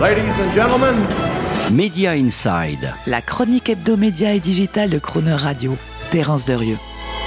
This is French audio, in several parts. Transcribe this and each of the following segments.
Ladies and gentlemen, Media Inside. La chronique hebdo-média et digitale de Croner Radio. Terence Derieux.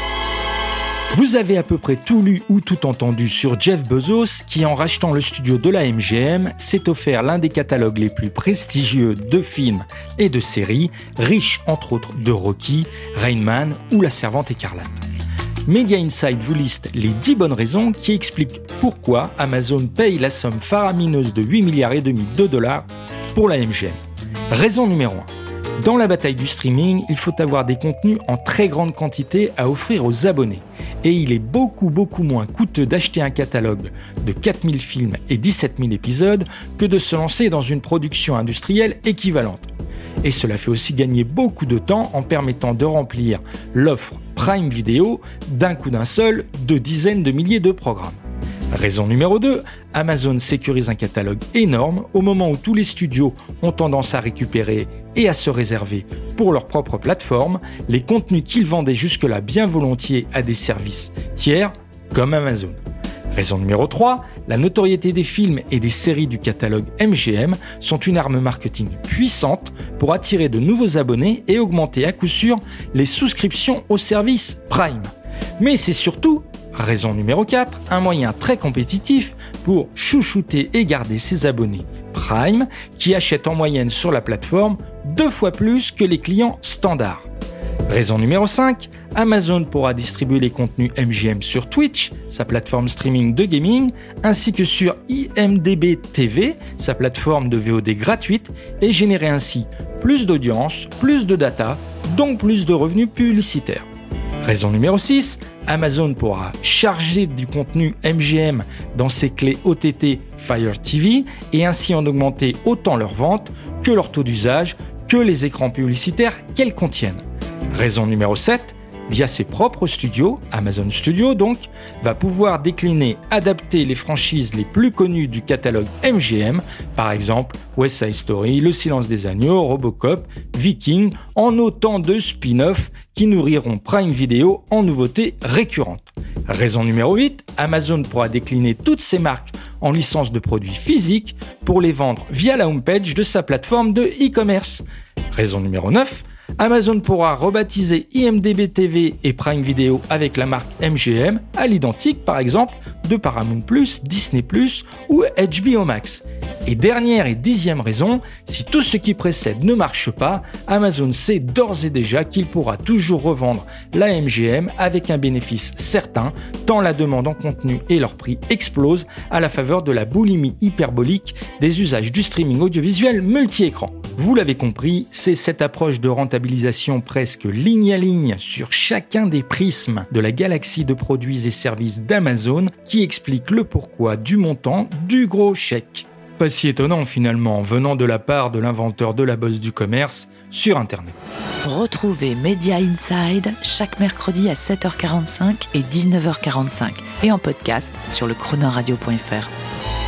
Vous avez à peu près tout lu ou tout entendu sur Jeff Bezos qui, en rachetant le studio de la MGM, s'est offert l'un des catalogues les plus prestigieux de films et de séries, riche entre autres de Rocky, Rain Man ou La Servante écarlate. Media Inside vous liste les 10 bonnes raisons qui expliquent pourquoi Amazon paye la somme faramineuse de 8,5 milliards de dollars pour la MGM. Raison numéro 1. Dans la bataille du streaming, il faut avoir des contenus en très grande quantité à offrir aux abonnés. Et il est beaucoup moins coûteux d'acheter un catalogue de 4000 films et 17 000 épisodes que de se lancer dans une production industrielle équivalente. Et cela fait aussi gagner beaucoup de temps en permettant de remplir l'offre Prime Video d'un coup d'un seul de dizaines de milliers de programmes. Raison numéro 2, Amazon sécurise un catalogue énorme au moment où tous les studios ont tendance à récupérer et à se réserver pour leur propre plateforme les contenus qu'ils vendaient jusque-là bien volontiers à des services tiers comme Amazon. Raison numéro 3, la notoriété des films et des séries du catalogue MGM sont une arme marketing puissante pour attirer de nouveaux abonnés et augmenter à coup sûr les souscriptions au service Prime. Mais c'est surtout, raison numéro 4, un moyen très compétitif pour chouchouter et garder ses abonnés Prime qui achètent en moyenne sur la plateforme 2 fois plus que les clients standards. Raison numéro 5, Amazon pourra distribuer les contenus MGM sur Twitch, sa plateforme streaming de gaming, ainsi que sur IMDb TV, sa plateforme de VOD gratuite, et générer ainsi plus d'audience, plus de data, donc plus de revenus publicitaires. Raison numéro 6, Amazon pourra charger du contenu MGM dans ses clés OTT Fire TV et ainsi en augmenter autant leurs ventes que leur taux d'usage, que les écrans publicitaires qu'elles contiennent. Raison numéro 7, via ses propres studios, Amazon Studios donc, va pouvoir décliner, adapter les franchises les plus connues du catalogue MGM, par exemple West Side Story, Le Silence des Agneaux, Robocop, Viking, en autant de spin-offs qui nourriront Prime Video en nouveautés récurrentes. Raison numéro 8, Amazon pourra décliner toutes ses marques en licence de produits physiques pour les vendre via la homepage de sa plateforme de e-commerce. Raison numéro 9, Amazon pourra rebaptiser IMDb TV et Prime Video avec la marque MGM à l'identique par exemple de Paramount+, Disney+, ou HBO Max. Et dernière et 10e raison, si tout ce qui précède ne marche pas, Amazon sait d'ores et déjà qu'il pourra toujours revendre la MGM avec un bénéfice certain, tant la demande en contenu et leur prix explosent à la faveur de la boulimie hyperbolique des usages du streaming audiovisuel multi-écran. Vous l'avez compris, c'est cette approche de rentabilisation presque ligne à ligne sur chacun des prismes de la galaxie de produits et services d'Amazon qui explique le pourquoi du montant du gros chèque. Pas si étonnant finalement, venant de la part de l'inventeur de la bosse du commerce sur Internet. Retrouvez Media Inside chaque mercredi à 7h45 et 19h45 et en podcast sur le chronoradio.fr.